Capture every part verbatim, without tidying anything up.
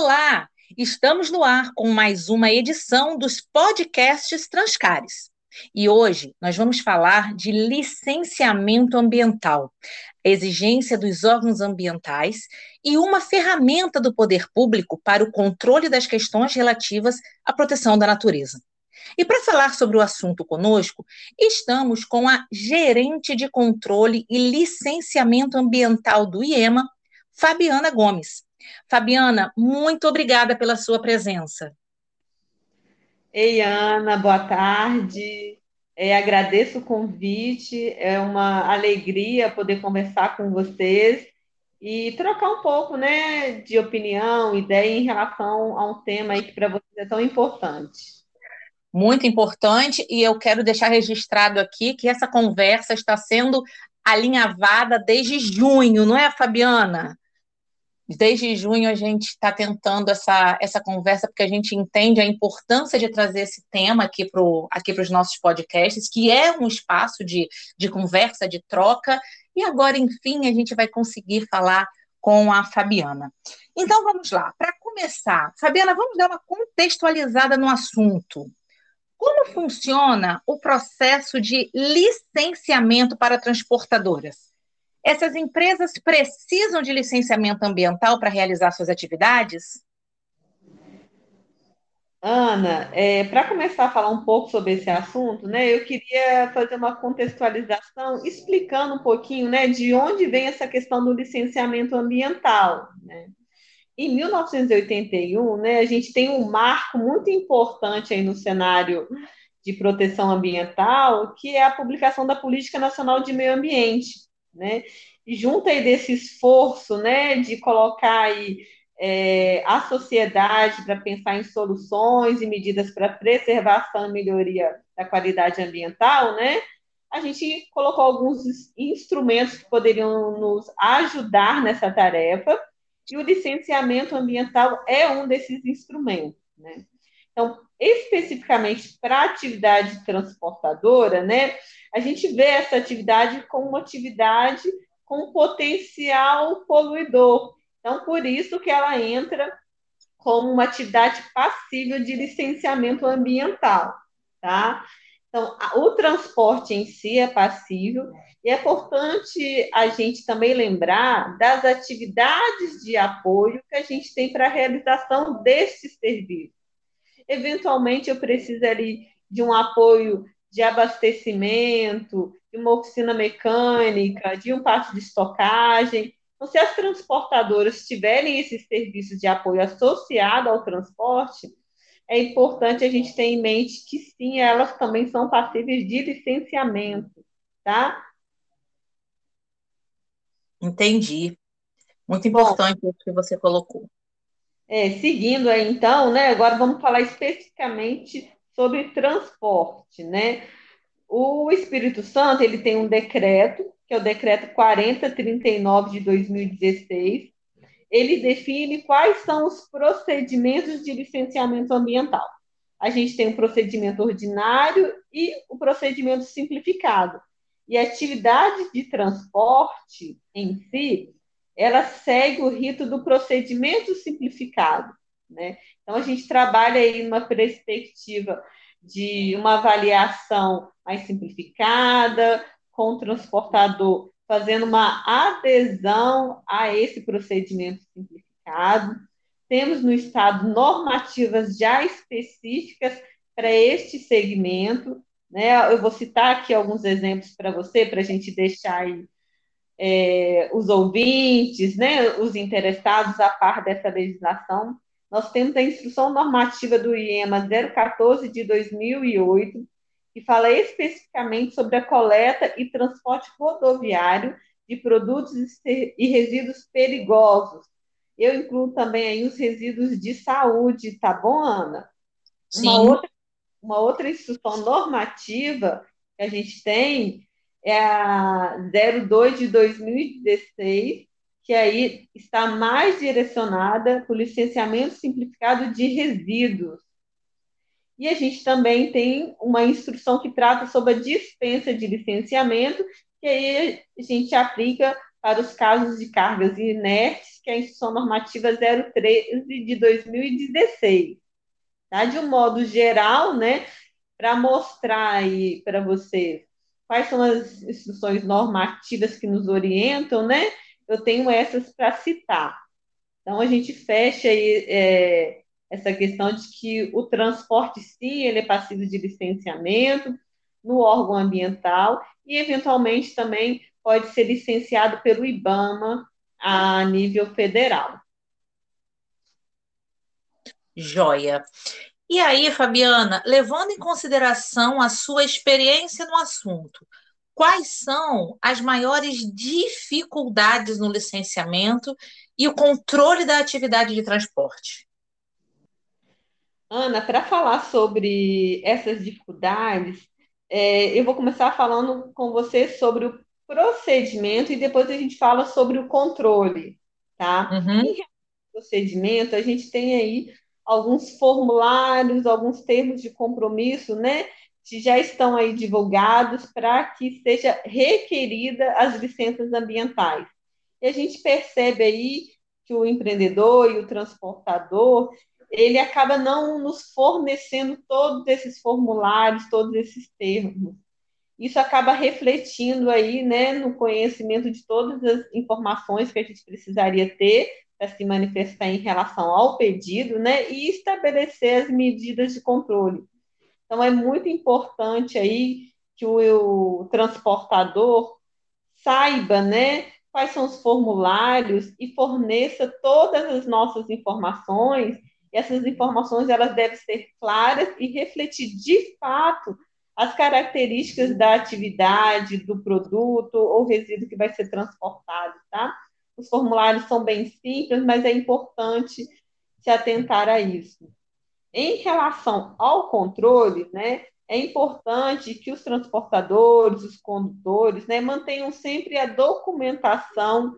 Olá! Estamos no ar com mais uma edição dos podcasts Transcares. E hoje nós vamos falar de licenciamento ambiental, a exigência dos órgãos ambientais e uma ferramenta do poder público para o controle das questões relativas à proteção da natureza. E para falar sobre o assunto conosco, estamos com a gerente de controle e licenciamento ambiental do IEMA, Fabiana Gomes. Fabiana, muito obrigada pela sua presença. Ei, Ana, boa tarde. É, agradeço o convite, é uma alegria poder conversar com vocês e trocar um pouco, né, de opinião, ideia em relação a um tema aí que para vocês é tão importante. Muito importante, e eu quero deixar registrado aqui que essa conversa está sendo alinhavada desde junho, não é, Fabiana? Desde junho a gente está tentando essa, essa conversa, porque a gente entende a importância de trazer esse tema aqui para aqui os nossos podcasts, que é um espaço de, de conversa, de troca, e agora, enfim, a gente vai conseguir falar com a Fabiana. Então, vamos lá. Para começar, Fabiana, vamos dar uma contextualizada no assunto. Como funciona o processo de licenciamento para transportadoras? Essas empresas precisam de licenciamento ambiental para realizar suas atividades? Ana, para começar a falar um pouco sobre esse assunto, né, eu queria fazer uma contextualização explicando um pouquinho, né, de onde vem essa questão do licenciamento ambiental, né? Em mil novecentos e oitenta e um, né, a gente tem um marco muito importante aí no cenário de proteção ambiental, que é a publicação da Política Nacional de Meio Ambiente, né? E junto aí desse esforço, né, de colocar aí é, a sociedade para pensar em soluções e medidas para preservação e melhoria da qualidade ambiental, né? A gente colocou alguns instrumentos que poderiam nos ajudar nessa tarefa, e o licenciamento ambiental é um desses instrumentos, né? Então, especificamente para a atividade transportadora, né, a gente vê essa atividade como uma atividade com potencial poluidor. Então, por isso que ela entra como uma atividade passível de licenciamento ambiental, tá? Então, o transporte em si é passível, e é importante a gente também lembrar das atividades de apoio que a gente tem para a realização desses serviços. Eventualmente, eu preciso ali de um apoio de abastecimento, de uma oficina mecânica, de um pátio de estocagem. Então, se as transportadoras tiverem esses serviços de apoio associado ao transporte, é importante a gente ter em mente que sim, elas também são passíveis de licenciamento, tá? Entendi. Muito Bom, importante o que você colocou. é, seguindo aí então, né? Agora vamos falar especificamente sobre transporte, né? O Espírito Santo, ele tem um decreto, que é o decreto quarenta trinta e nove de dois mil e dezesseis. Ele define quais são os procedimentos de licenciamento ambiental. A gente tem o procedimento ordinário e o procedimento simplificado. E a atividade de transporte em si, ela segue o rito do procedimento simplificado, né? Então a gente trabalha aí numa perspectiva de uma avaliação mais simplificada, com o transportador fazendo uma adesão a esse procedimento simplificado. Temos no Estado normativas já específicas para este segmento, né? Eu vou citar aqui alguns exemplos para você, para a gente deixar aí, é, os ouvintes, né, os interessados a par dessa legislação. Nós temos a Instrução Normativa do IEMA zero quatorze de dois mil e oito, que fala especificamente sobre a coleta e transporte rodoviário de produtos e resíduos perigosos. Eu incluo também aí os resíduos de saúde, tá bom, Ana? Uma Sim, outra, uma outra instrução normativa que a gente tem é a zero dois de dois mil e dezesseis, que aí está mais direcionada para o licenciamento simplificado de resíduos. E a gente também tem uma instrução que trata sobre a dispensa de licenciamento, que aí a gente aplica para os casos de cargas inertes, que é a Instrução Normativa zero treze de dois mil e dezesseis. Tá? De um modo geral, né, para mostrar aí para vocês quais são as instruções normativas que nos orientam, né, eu tenho essas para citar. Então, a gente fecha aí, é, essa questão de que o transporte, sim, ele é passível de licenciamento no órgão ambiental e, eventualmente, também pode ser licenciado pelo IBAMA a nível federal. Joia. E aí, Fabiana, levando em consideração a sua experiência no assunto, quais são as maiores dificuldades no licenciamento e o controle da atividade de transporte? Ana, para falar sobre essas dificuldades, é, eu vou começar falando com você sobre o procedimento e depois a gente fala sobre o controle, tá? Em Uhum. relação ao procedimento, a gente tem aí alguns formulários, alguns termos de compromisso, né? Que já estão aí divulgados para que seja requerida as licenças ambientais. E a gente percebe aí que o empreendedor e o transportador ele acaba não nos fornecendo todos esses formulários, todos esses termos. Isso acaba refletindo aí, né, no conhecimento de todas as informações que a gente precisaria ter para se manifestar em relação ao pedido, né, e estabelecer as medidas de controle. Então, é muito importante aí que o, o transportador saiba, né, quais são os formulários e forneça todas as nossas informações. E essas informações elas devem ser claras e refletir de fato as características da atividade, do produto ou resíduo que vai ser transportado, tá? Os formulários são bem simples, mas é importante se atentar a isso. Em relação ao controle, né, é importante que os transportadores, os condutores, né, mantenham sempre a documentação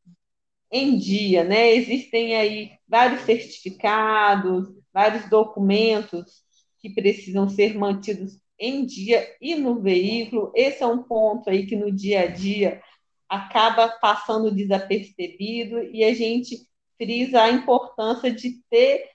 em dia, né? Existem aí vários certificados, vários documentos que precisam ser mantidos em dia e no veículo. Esse é um ponto aí que no dia a dia acaba passando desapercebido e a gente frisa a importância de ter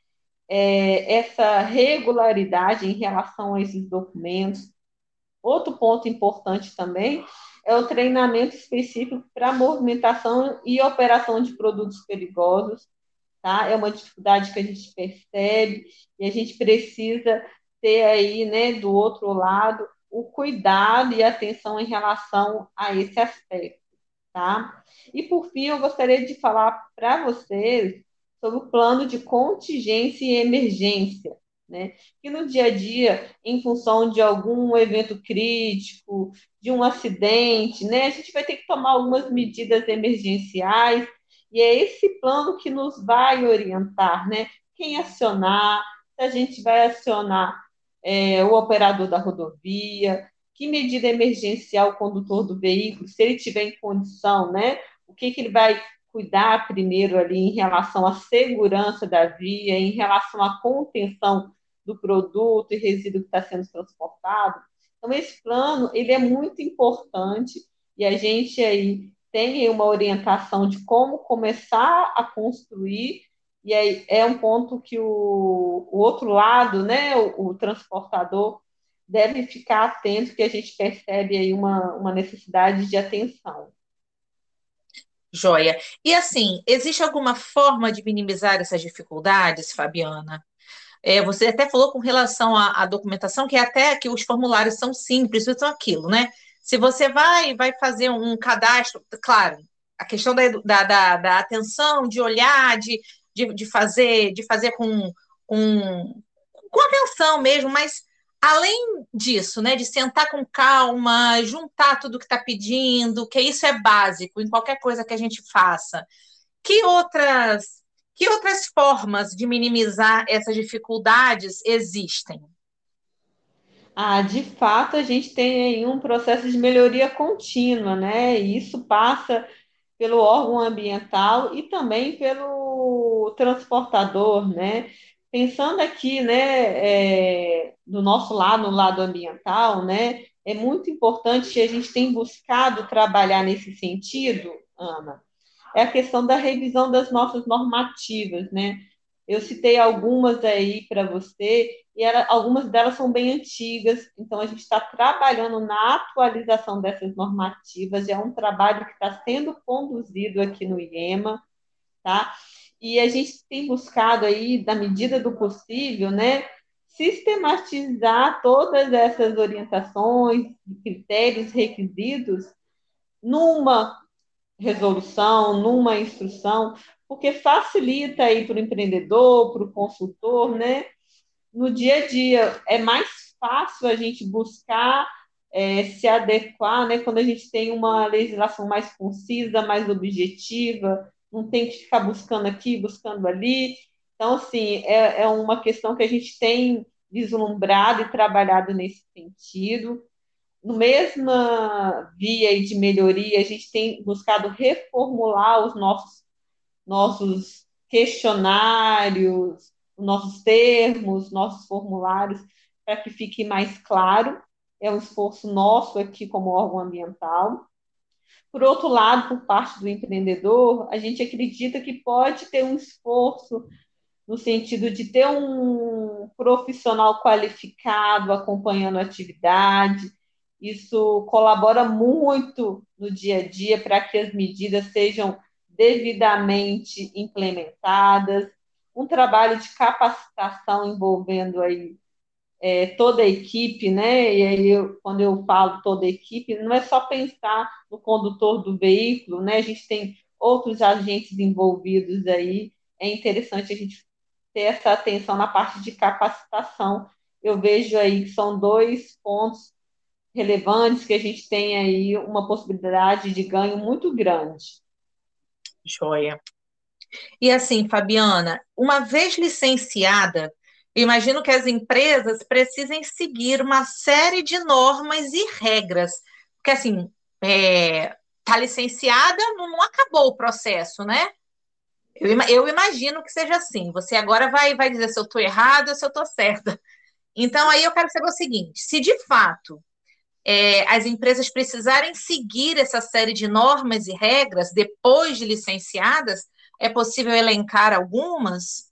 é, essa regularidade em relação a esses documentos. Outro ponto importante também é o treinamento específico para movimentação e operação de produtos perigosos, tá? É uma dificuldade que a gente percebe e a gente precisa ter aí, né, do outro lado, o cuidado e atenção em relação a esse aspecto, tá? E por fim, eu gostaria de falar para vocês sobre o plano de contingência e emergência, né? Que no dia a dia, em função de algum evento crítico, de um acidente, né, a gente vai ter que tomar algumas medidas emergenciais, e é esse plano que nos vai orientar, né? Quem acionar, se a gente vai acionar é, o operador da rodovia, que medida emergencial o condutor do veículo, se ele tiver em condição, né? O que, que ele vai cuidar primeiro ali em relação à segurança da via, em relação à contenção do produto e resíduo que está sendo transportado. Então, esse plano, ele é muito importante e a gente aí tem uma orientação de como começar a construir e aí é um ponto que o, o outro lado, né, o, o transportador deve ficar atento, que a gente percebe aí uma, uma necessidade de atenção. Joia. E assim, existe alguma forma de minimizar essas dificuldades, Fabiana? É, você até falou com relação à, à documentação, que é até que os formulários são simples, isso aquilo, né? Se você vai, vai fazer um cadastro, claro, a questão da, edu- da, da, da atenção, de olhar, de, de, de fazer, de fazer com, com, com atenção mesmo, mas além disso, né, de sentar com calma, juntar tudo que está pedindo, que isso é básico em qualquer coisa que a gente faça. Que outras, que outras formas de minimizar essas dificuldades existem? Ah, de fato, a gente tem aí um processo de melhoria contínua, né? E isso passa pelo órgão ambiental e também pelo transportador, né? Pensando aqui, né, é, do nosso lado, no lado ambiental, né, é muito importante que a gente tenha buscado trabalhar nesse sentido, Ana, é a questão da revisão das nossas normativas, né? Eu citei algumas aí para você, e era, algumas delas são bem antigas, então a gente está trabalhando na atualização dessas normativas, é um trabalho que está sendo conduzido aqui no IEMA, tá? E a gente tem buscado aí, na medida do possível, né, sistematizar todas essas orientações, critérios, requisitos numa resolução, numa instrução, porque facilita aí para o empreendedor, para o consultor, né? No dia a dia é mais fácil a gente buscar é, se adequar, né? Quando a gente tem uma legislação mais concisa, mais objetiva, não tem que ficar buscando aqui, buscando ali. Então, assim, é, é uma questão que a gente tem vislumbrado e trabalhado nesse sentido. No mesma via de melhoria, a gente tem buscado reformular os nossos, nossos questionários, os nossos termos, nossos formulários, para que fique mais claro. É um esforço nosso aqui como órgão ambiental. Por outro lado, por parte do empreendedor, a gente acredita que pode ter um esforço no sentido de ter um profissional qualificado acompanhando a atividade. Isso colabora muito no dia a dia para que as medidas sejam devidamente implementadas. Um trabalho de capacitação envolvendo aí é, toda a equipe, né? E aí, eu, quando eu falo toda a equipe, não é só pensar no condutor do veículo, né? A gente tem outros agentes envolvidos aí. É interessante a gente ter essa atenção na parte de capacitação. Eu vejo aí que são dois pontos relevantes que a gente tem aí uma possibilidade de ganho muito grande. Joia. E assim, Fabiana, uma vez licenciada, eu imagino que as empresas precisem seguir uma série de normas e regras, porque assim, é, tá licenciada, não, não acabou o processo, né? Eu, eu imagino que seja assim. Você agora vai, vai dizer se eu estou errada ou se eu estou certa. Então, aí eu quero saber o seguinte: se de fato é, as empresas precisarem seguir essa série de normas e regras depois de licenciadas, é possível elencar algumas?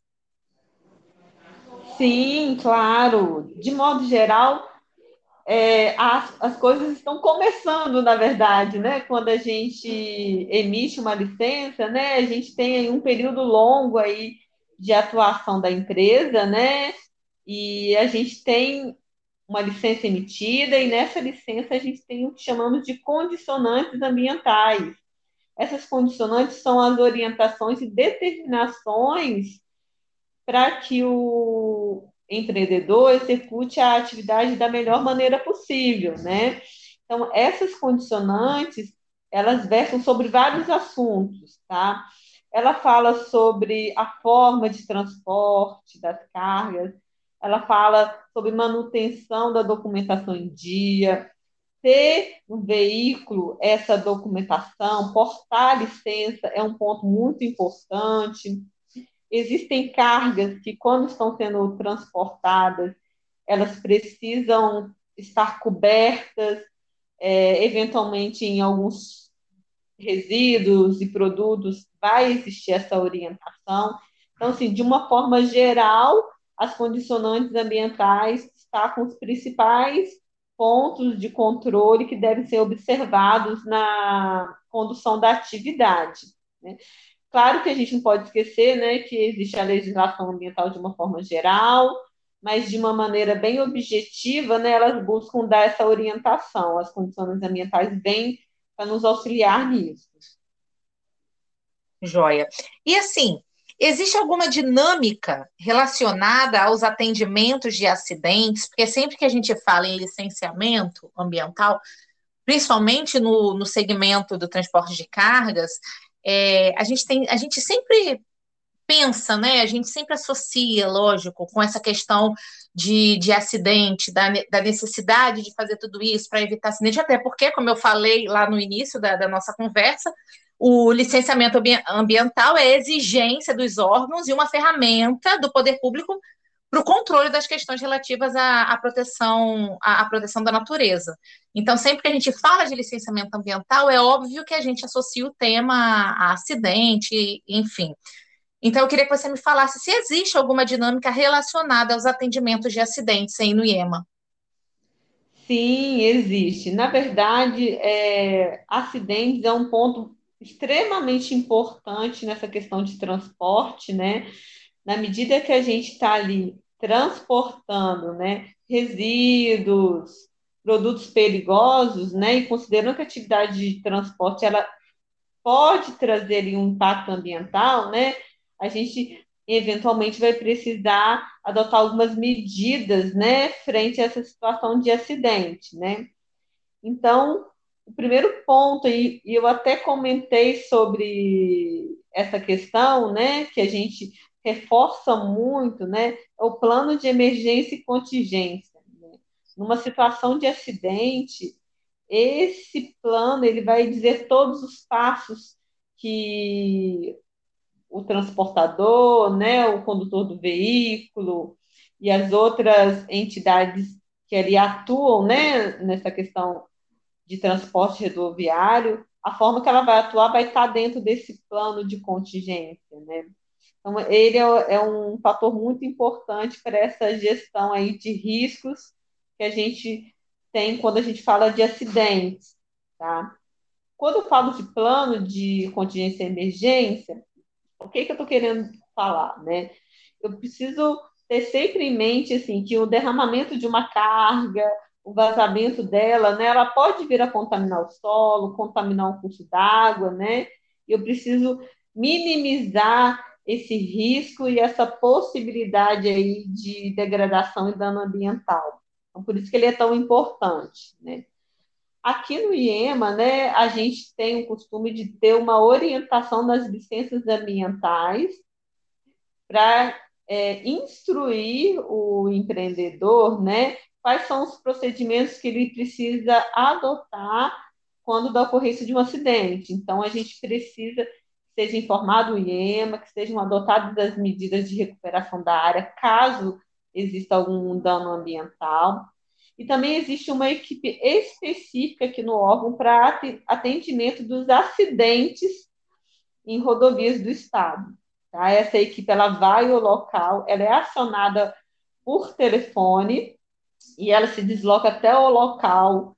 Sim, claro. De modo geral, é, as, as coisas estão começando, na verdade, né? Quando a gente emite uma licença, né? A gente tem aí um período longo aí de atuação da empresa, né? E a gente tem uma licença emitida, e nessa licença a gente tem o que chamamos de condicionantes ambientais. Essas condicionantes são as orientações e determinações para que o empreendedor execute a atividade da melhor maneira possível, né? Então, essas condicionantes, elas versam sobre vários assuntos, tá? Ela fala sobre a forma de transporte das cargas, ela fala sobre manutenção da documentação em dia, ter no veículo essa documentação, portar a licença é um ponto muito importante. Existem cargas que, quando estão sendo transportadas, elas precisam estar cobertas, é, eventualmente em alguns resíduos e produtos vai existir essa orientação. Então, assim, de uma forma geral, as condicionantes ambientais estão com os principais pontos de controle que devem ser observados na condução da atividade, né? Claro que a gente não pode esquecer, né, que existe a legislação ambiental de uma forma geral, mas de uma maneira bem objetiva, né, elas buscam dar essa orientação. As condições ambientais vêm para nos auxiliar nisso. Joia. E assim, existe alguma dinâmica relacionada aos atendimentos de acidentes? Porque sempre que a gente fala em licenciamento ambiental, principalmente no, no segmento do transporte de cargas, é, a gente tem, a gente sempre pensa, né? A gente sempre associa, lógico, com essa questão de, de acidente, da, da necessidade de fazer tudo isso para evitar acidente, até porque, como eu falei lá no início da, da nossa conversa, o licenciamento ambiental é exigência dos órgãos e uma ferramenta do poder público para o controle das questões relativas à, à proteção, à, à proteção da natureza. Então, sempre que a gente fala de licenciamento ambiental, é óbvio que a gente associa o tema a, a acidente, enfim. Então, eu queria que você me falasse se existe alguma dinâmica relacionada aos atendimentos de acidentes aí no IEMA. Sim, existe. Na verdade, é, acidentes é um ponto extremamente importante nessa questão de transporte, né? Na medida que a gente está ali transportando, né, resíduos, produtos perigosos, né, e considerando que a atividade de transporte ela pode trazer ali um impacto ambiental, né, a gente eventualmente vai precisar adotar algumas medidas, né, frente a essa situação de acidente, né. Então, o primeiro ponto, e eu até comentei sobre essa questão, né, que a gente reforça muito, né, é o plano de emergência e contingência, né? Numa situação de acidente, esse plano ele vai dizer todos os passos que o transportador, né, o condutor do veículo e as outras entidades que ali atuam, né, nessa questão de transporte rodoviário, a forma que ela vai atuar vai estar dentro desse plano de contingência, né? Então, ele é, é um fator muito importante para essa gestão aí de riscos que a gente tem quando a gente fala de acidentes, tá? Quando eu falo de plano de contingência e emergência, o que, que eu estou querendo falar, né? Eu preciso ter sempre em mente assim que o derramamento de uma carga, o vazamento dela, né, ela pode vir a contaminar o solo, contaminar um curso d'água, né? Eu preciso minimizar esse risco e essa possibilidade aí de degradação e dano ambiental. Então, por isso que ele é tão importante, né? Aqui no IEMA, né, a gente tem o costume de ter uma orientação das licenças ambientais para é, instruir o empreendedor, né, quais são os procedimentos que ele precisa adotar quando da ocorrência de um acidente. Então, a gente precisa que seja informado o IEMA, que sejam adotadas as medidas de recuperação da área, caso exista algum dano ambiental. E também existe uma equipe específica aqui no órgão para atendimento dos acidentes em rodovias do estado. Tá? Essa equipe ela vai ao local, ela é acionada por telefone e ela se desloca até o local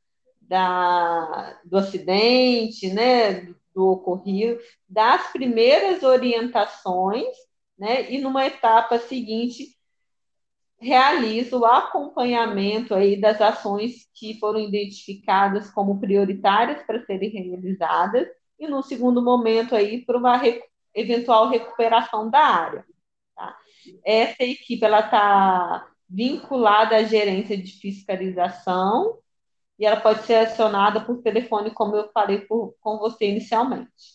da, do acidente, né, do ocorrido, das primeiras orientações, né, e numa etapa seguinte realiza o acompanhamento aí das ações que foram identificadas como prioritárias para serem realizadas e, no segundo momento, aí, para uma re eventual recuperação da área. Tá? Essa equipe está vinculada à gerência de fiscalização e ela pode ser acionada por telefone, como eu falei por, com você inicialmente.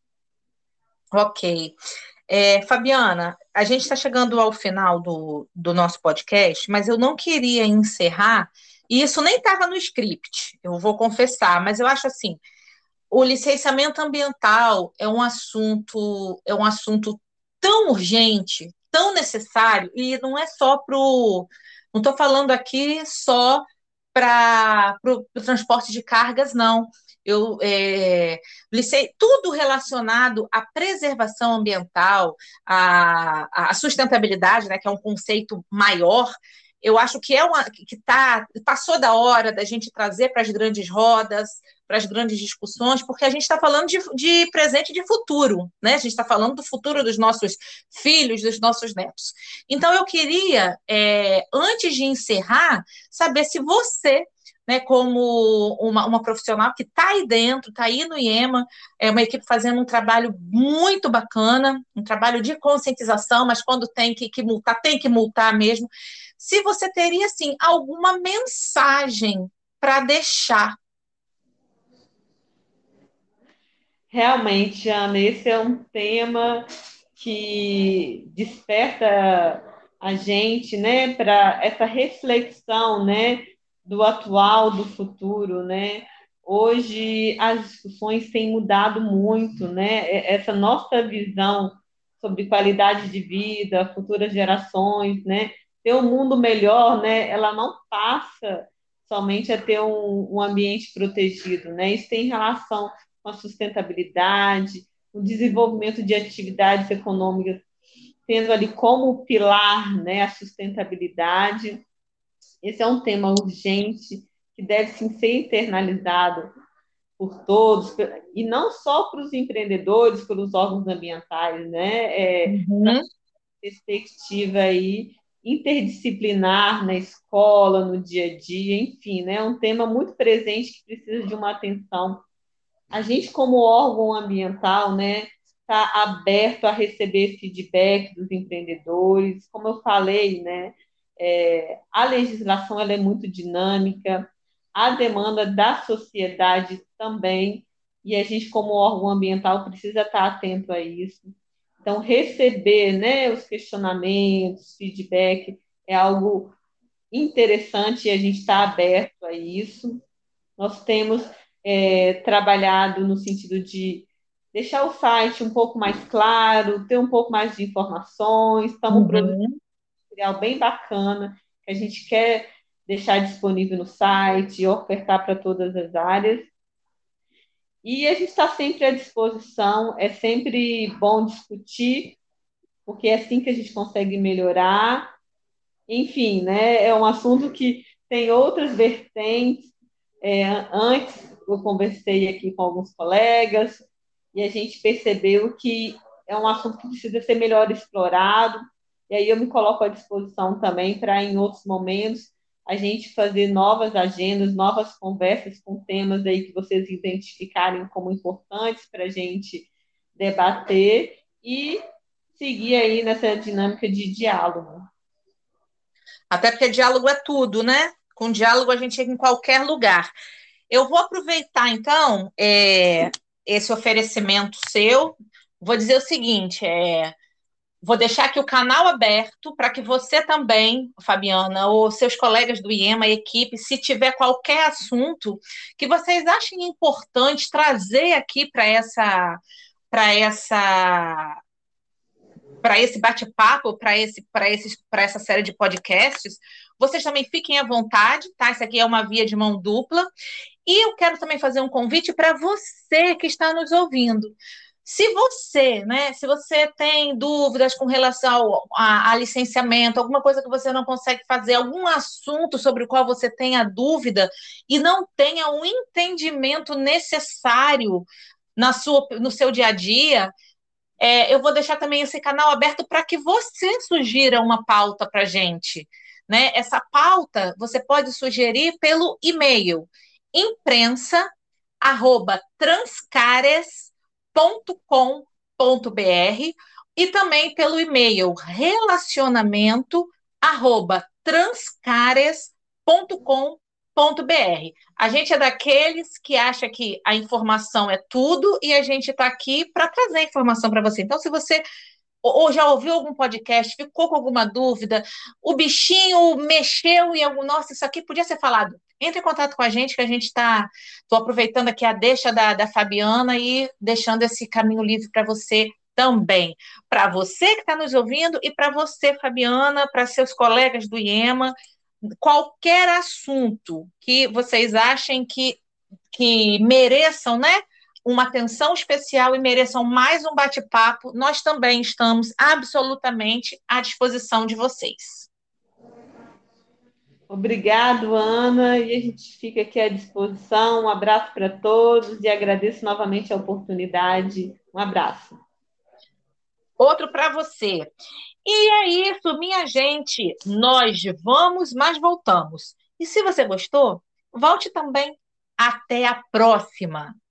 Ok. É, Fabiana, a gente está chegando ao final do, do nosso podcast, mas eu não queria encerrar, e isso nem estava no script, eu vou confessar, mas eu acho assim, o licenciamento ambiental é um assunto, é um assunto tão urgente, tão necessário, e não é só para o. Não estou falando aqui só para o transporte de cargas, não. Eu é, licei tudo relacionado à preservação ambiental, à, à sustentabilidade, né, que é um conceito maior. Eu acho que é uma que tá, passou da hora da gente trazer para as grandes rodas, para as grandes discussões, porque a gente está falando de, de presente e de futuro, né? A gente está falando do futuro dos nossos filhos, dos nossos netos. Então, eu queria, é, antes de encerrar, saber se você, né, como uma, uma profissional que está aí dentro, está aí no IEMA, é uma equipe fazendo um trabalho muito bacana, um trabalho de conscientização, mas quando tem que, que multar, tem que multar mesmo. Se você teria, assim, alguma mensagem para deixar. Realmente, Ana, esse é um tema que desperta a gente, né, para essa reflexão, né, do atual, do futuro, né? Hoje as discussões têm mudado muito, né? Essa nossa visão sobre qualidade de vida, futuras gerações, né? ter um mundo melhor, né, ela não passa somente a ter um, um ambiente protegido, né? Isso tem relação com a sustentabilidade, o desenvolvimento de atividades econômicas, tendo ali como pilar, né, a sustentabilidade. Esse é um tema urgente que deve sim ser internalizado por todos, e não só para os empreendedores, pelos órgãos ambientais, né? É, Uhum. perspectiva aí interdisciplinar na escola, no dia a dia, enfim, né? É um tema muito presente que precisa de uma atenção. A gente, como órgão ambiental, né, está aberto a receber feedback dos empreendedores. Como eu falei, né, é, a legislação ela é muito dinâmica, a demanda da sociedade também, e a gente, como órgão ambiental, precisa estar atento a isso. Então, receber, né, os questionamentos, feedback, é algo interessante e a gente está aberto a isso. Nós temos é, trabalhado no sentido de deixar o site um pouco mais claro, ter um pouco mais de informações. Estamos produzindo Uhum. um material bem bacana que a gente quer deixar disponível no site, ofertar para todas as áreas. E a gente está sempre à disposição, é sempre bom discutir, porque é assim que a gente consegue melhorar. Enfim, né, é um assunto que tem outras vertentes. É, antes, eu conversei aqui com alguns colegas e a gente percebeu que é um assunto que precisa ser melhor explorado. E aí eu me coloco à disposição também para, em outros momentos, a gente fazer novas agendas, novas conversas com temas aí que vocês identificarem como importantes para a gente debater e seguir aí nessa dinâmica de diálogo. Até porque diálogo é tudo, né? Com diálogo a gente chega em qualquer lugar. Eu vou aproveitar, então, é, esse oferecimento seu. Vou dizer o seguinte: é, vou deixar aqui o canal aberto para que você também, Fabiana, ou seus colegas do IEMA, a equipe, se tiver qualquer assunto que vocês achem importante trazer aqui para essa, para essa para esse bate-papo, para esse, para esses, para essa série de podcasts, vocês também fiquem à vontade, tá? Isso aqui é uma via de mão dupla. E eu quero também fazer um convite para você que está nos ouvindo. Se você, né, se você tem dúvidas com relação a, a licenciamento, alguma coisa que você não consegue fazer, algum assunto sobre o qual você tenha dúvida e não tenha o entendimento necessário na sua, no seu dia a dia, é, eu vou deixar também esse canal aberto para que você sugira uma pauta para a gente. Né? Essa pauta você pode sugerir pelo e-mail imprensa arroba transcares ponto com ponto br e também pelo e-mail relacionamento arroba transcares ponto com ponto br. A gente é daqueles que acha que a informação é tudo e a gente está aqui para trazer informação para você. Então, se você ou já ouviu algum podcast, ficou com alguma dúvida, o bichinho mexeu em algum, nossa, isso aqui podia ser falado. Entre em contato com a gente, que a gente está. Estou aproveitando aqui a deixa da, da Fabiana e deixando esse caminho livre para você também. Para você que está nos ouvindo e para você, Fabiana, para seus colegas do IEMA, qualquer assunto que vocês achem que, que mereçam, né? Uma atenção especial e mereçam mais um bate-papo, nós também estamos absolutamente à disposição de vocês. Obrigado, Ana, e a gente fica aqui à disposição. Um abraço para todos e agradeço novamente a oportunidade. Um abraço. Outro para você. E é isso, minha gente. Nós vamos, mas voltamos. E se você gostou, volte também. Até a próxima!